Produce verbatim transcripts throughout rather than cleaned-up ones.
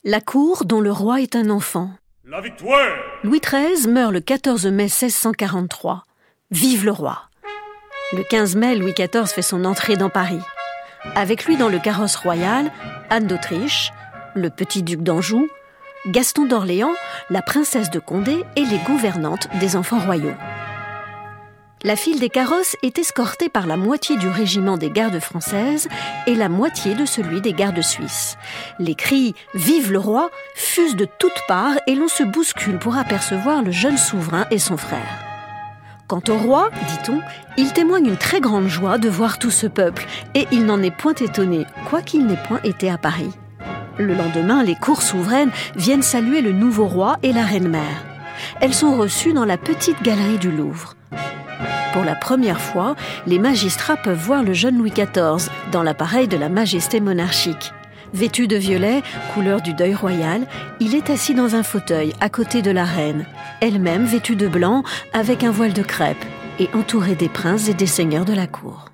La cour dont le roi est un enfant. La victoire! Louis treize meurt le quatorze mai seize cent quarante-trois. Vive le roi! Le quinze mai, Louis quatorze fait son entrée dans Paris. Avec lui dans le carrosse royal, Anne d'Autriche, le petit duc d'Anjou, Gaston d'Orléans, la princesse de Condé et les gouvernantes des enfants royaux. La file des carrosses est escortée par la moitié du régiment des gardes françaises et la moitié de celui des gardes suisses. Les cris « Vive le roi !» fusent de toutes parts et l'on se bouscule pour apercevoir le jeune souverain et son frère. Quant au roi, dit-on, il témoigne une très grande joie de voir tout ce peuple et il n'en est point étonné, quoiqu'il n'ait point été à Paris. Le lendemain, les cours souveraines viennent saluer le nouveau roi et la reine-mère. Elles sont reçues dans la petite galerie du Louvre. Pour la première fois, les magistrats peuvent voir le jeune Louis quatorze dans l'appareil de la majesté monarchique. Vêtu de violet, couleur du deuil royal, il est assis dans un fauteuil à côté de la reine, elle-même vêtue de blanc avec un voile de crêpe et entourée des princes et des seigneurs de la cour.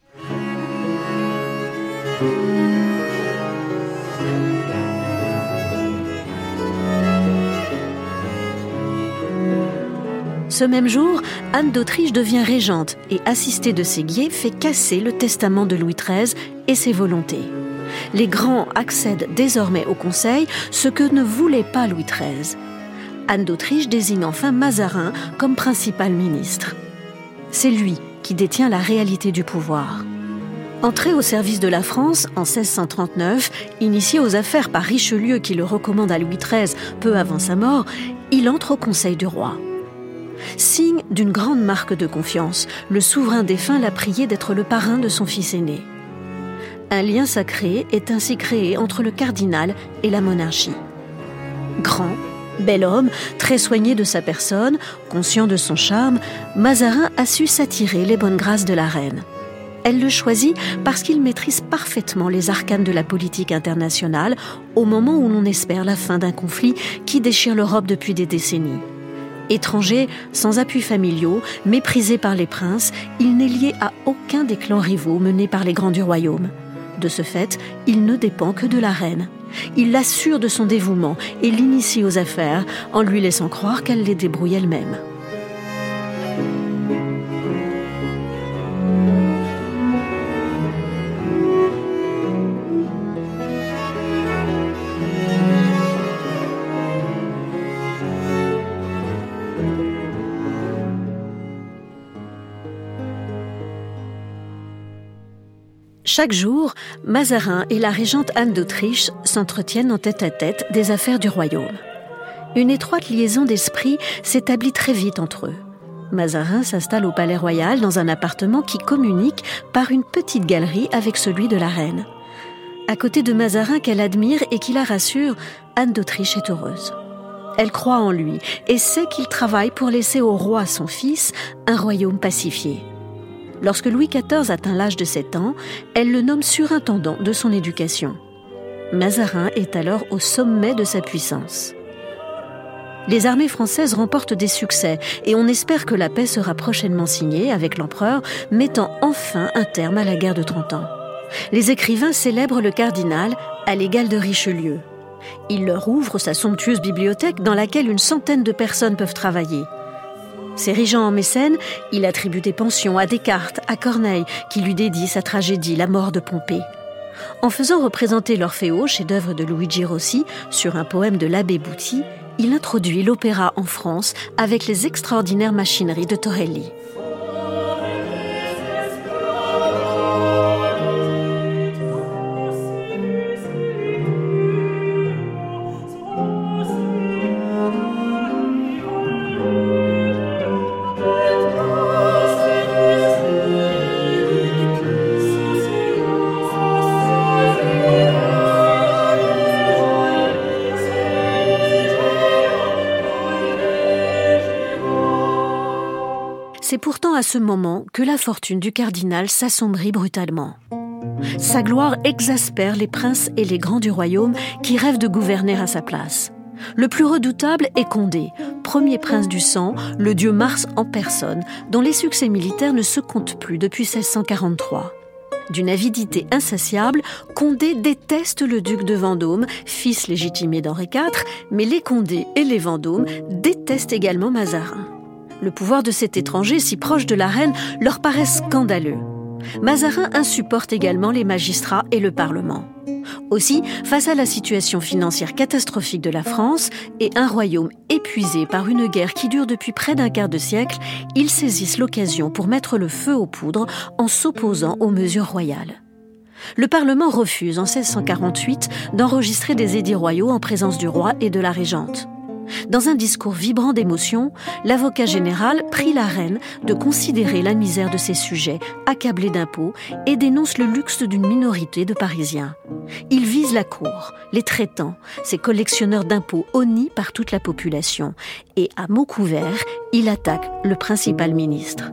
Ce même jour, Anne d'Autriche devient régente et, assistée de Séguier, fait casser le testament de Louis treize et ses volontés. Les grands accèdent désormais au conseil, ce que ne voulait pas Louis treize. Anne d'Autriche désigne enfin Mazarin comme principal ministre. C'est lui qui détient la réalité du pouvoir. Entré au service de la France en seize cent trente-neuf, initié aux affaires par Richelieu qui le recommande à Louis treize peu avant sa mort, il entre au conseil du roi. Signe d'une grande marque de confiance, le souverain défunt l'a prié d'être le parrain de son fils aîné. Un lien sacré est ainsi créé entre le cardinal et la monarchie. Grand, bel homme, très soigné de sa personne, conscient de son charme, Mazarin a su s'attirer les bonnes grâces de la reine. Elle le choisit parce qu'il maîtrise parfaitement les arcanes de la politique internationale au moment où l'on espère la fin d'un conflit qui déchire l'Europe depuis des décennies. Étranger, sans appuis familiaux, méprisé par les princes, il n'est lié à aucun des clans rivaux menés par les grands du royaume. De ce fait, il ne dépend que de la reine. Il l'assure de son dévouement et l'initie aux affaires en lui laissant croire qu'elle les débrouille elle-même. Chaque jour, Mazarin et la régente Anne d'Autriche s'entretiennent en tête-à-tête des affaires du royaume. Une étroite liaison d'esprit s'établit très vite entre eux. Mazarin s'installe au Palais Royal dans un appartement qui communique par une petite galerie avec celui de la reine. À côté de Mazarin qu'elle admire et qui la rassure, Anne d'Autriche est heureuse. Elle croit en lui et sait qu'il travaille pour laisser au roi, son fils, un royaume pacifié. Lorsque Louis quatorze atteint l'âge de sept ans, elle le nomme surintendant de son éducation. Mazarin est alors au sommet de sa puissance. Les armées françaises remportent des succès et on espère que la paix sera prochainement signée avec l'empereur, mettant enfin un terme à la guerre de Trente Ans. Les écrivains célèbrent le cardinal à l'égal de Richelieu. Il leur ouvre sa somptueuse bibliothèque dans laquelle une centaine de personnes peuvent travailler. S'érigeant en mécène, il attribue des pensions à Descartes, à Corneille, qui lui dédie sa tragédie « La mort de Pompée ». En faisant représenter l'Orfeo, chef-d'œuvre de Luigi Rossi, sur un poème de l'abbé Bouty, il introduit l'opéra en France avec les extraordinaires machineries de Torelli. C'est pourtant à ce moment que la fortune du cardinal s'assombrit brutalement. Sa gloire exaspère les princes et les grands du royaume qui rêvent de gouverner à sa place. Le plus redoutable est Condé, premier prince du sang, le dieu Mars en personne, dont les succès militaires ne se comptent plus depuis seize cent quarante-trois. D'une avidité insatiable, Condé déteste le duc de Vendôme, fils légitimé d'Henri quatre, mais les Condé et les Vendôme détestent également Mazarin. Le pouvoir de cet étranger si proche de la reine leur paraît scandaleux. Mazarin insupporte également les magistrats et le Parlement. Aussi, face à la situation financière catastrophique de la France et un royaume épuisé par une guerre qui dure depuis près d'un quart de siècle, ils saisissent l'occasion pour mettre le feu aux poudres en s'opposant aux mesures royales. Le Parlement refuse en seize cent quarante-huit d'enregistrer des édits royaux en présence du roi et de la régente. Dans un discours vibrant d'émotion, l'avocat général prie la reine de considérer la misère de ses sujets, accablés d'impôts, et dénonce le luxe d'une minorité de Parisiens. Il vise la cour, les traitants, ces collectionneurs d'impôts honnis par toute la population, et à mots couverts, il attaque le principal ministre.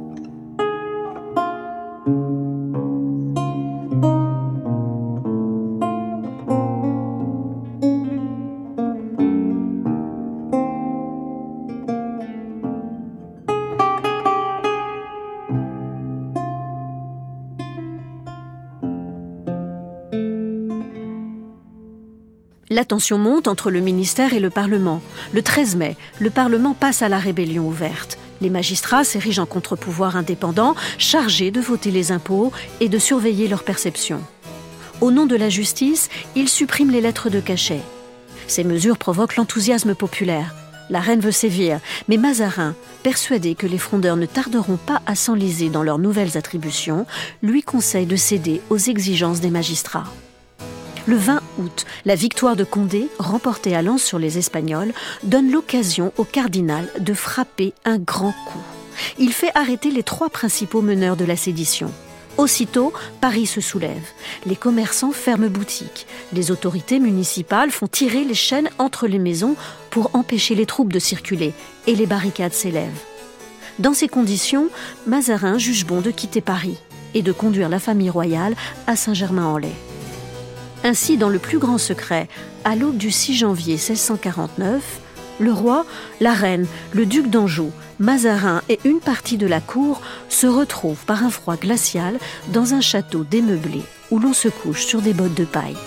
La tension monte entre le ministère et le Parlement. Le treize mai, le Parlement passe à la rébellion ouverte. Les magistrats s'érigent en contre-pouvoir indépendant, chargés de voter les impôts et de surveiller leur perception. Au nom de la justice, ils suppriment les lettres de cachet. Ces mesures provoquent l'enthousiasme populaire. La reine veut sévir, mais Mazarin, persuadé que les frondeurs ne tarderont pas à s'enliser dans leurs nouvelles attributions, lui conseille de céder aux exigences des magistrats. Le vingt août, la victoire de Condé, remportée à Lens sur les Espagnols, donne l'occasion au cardinal de frapper un grand coup. Il fait arrêter les trois principaux meneurs de la sédition. Aussitôt, Paris se soulève. Les commerçants ferment boutique. Les autorités municipales font tirer les chaînes entre les maisons pour empêcher les troupes de circuler, et les barricades s'élèvent. Dans ces conditions, Mazarin juge bon de quitter Paris et de conduire la famille royale à Saint-Germain-en-Laye. Ainsi, dans le plus grand secret, à l'aube du six janvier seize cent quarante-neuf, le roi, la reine, le duc d'Anjou, Mazarin et une partie de la cour se retrouvent par un froid glacial dans un château démeublé où l'on se couche sur des bottes de paille.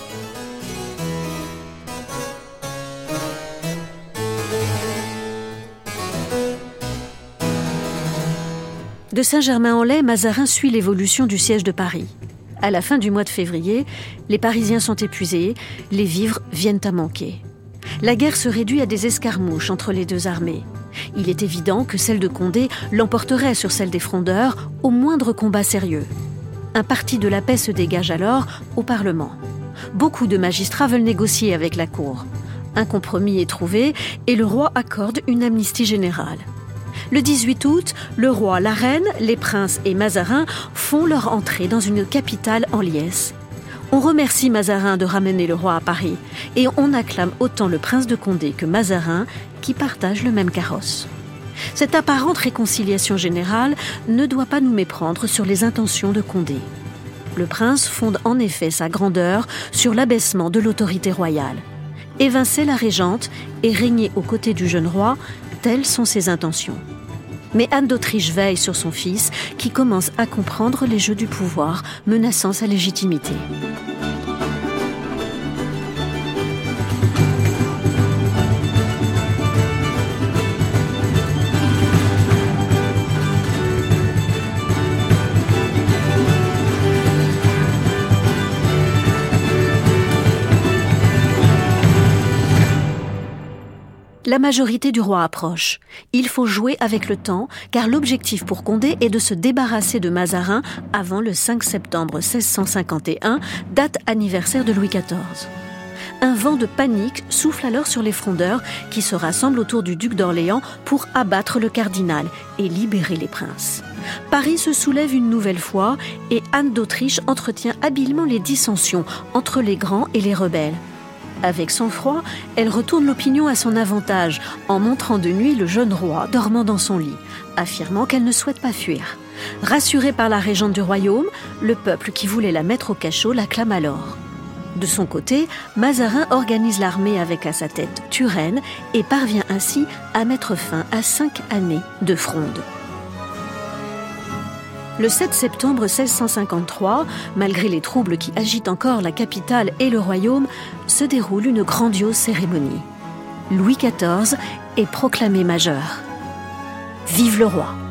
De Saint-Germain-en-Laye, Mazarin suit l'évolution du siège de Paris. À la fin du mois de février, les Parisiens sont épuisés, les vivres viennent à manquer. La guerre se réduit à des escarmouches entre les deux armées. Il est évident que celle de Condé l'emporterait sur celle des frondeurs au moindre combat sérieux. Un parti de la paix se dégage alors au Parlement. Beaucoup de magistrats veulent négocier avec la cour. Un compromis est trouvé et le roi accorde une amnistie générale. Le dix-huit août, le roi, la reine, les princes et Mazarin font leur entrée dans une capitale en liesse. On remercie Mazarin de ramener le roi à Paris et on acclame autant le prince de Condé que Mazarin qui partagent le même carrosse. Cette apparente réconciliation générale ne doit pas nous méprendre sur les intentions de Condé. Le prince fonde en effet sa grandeur sur l'abaissement de l'autorité royale. Évincer la régente et régner aux côtés du jeune roi, telles sont ses intentions. Mais Anne d'Autriche veille sur son fils qui commence à comprendre les jeux du pouvoir, menaçant sa légitimité. La majorité du roi approche. Il faut jouer avec le temps, car l'objectif pour Condé est de se débarrasser de Mazarin avant le cinq septembre seize cent cinquante et un, date anniversaire de Louis quatorze. Un vent de panique souffle alors sur les frondeurs qui se rassemblent autour du duc d'Orléans pour abattre le cardinal et libérer les princes. Paris se soulève une nouvelle fois et Anne d'Autriche entretient habilement les dissensions entre les grands et les rebelles. Avec sang-froid, elle retourne l'opinion à son avantage en montrant de nuit le jeune roi dormant dans son lit, affirmant qu'elle ne souhaite pas fuir. Rassurée par la régente du royaume, le peuple qui voulait la mettre au cachot l'acclame alors. De son côté, Mazarin organise l'armée avec à sa tête Turenne et parvient ainsi à mettre fin à cinq années de fronde. Le sept septembre seize cent cinquante-trois, malgré les troubles qui agitent encore la capitale et le royaume, se déroule une grandiose cérémonie. Louis quatorze est proclamé majeur. Vive le roi!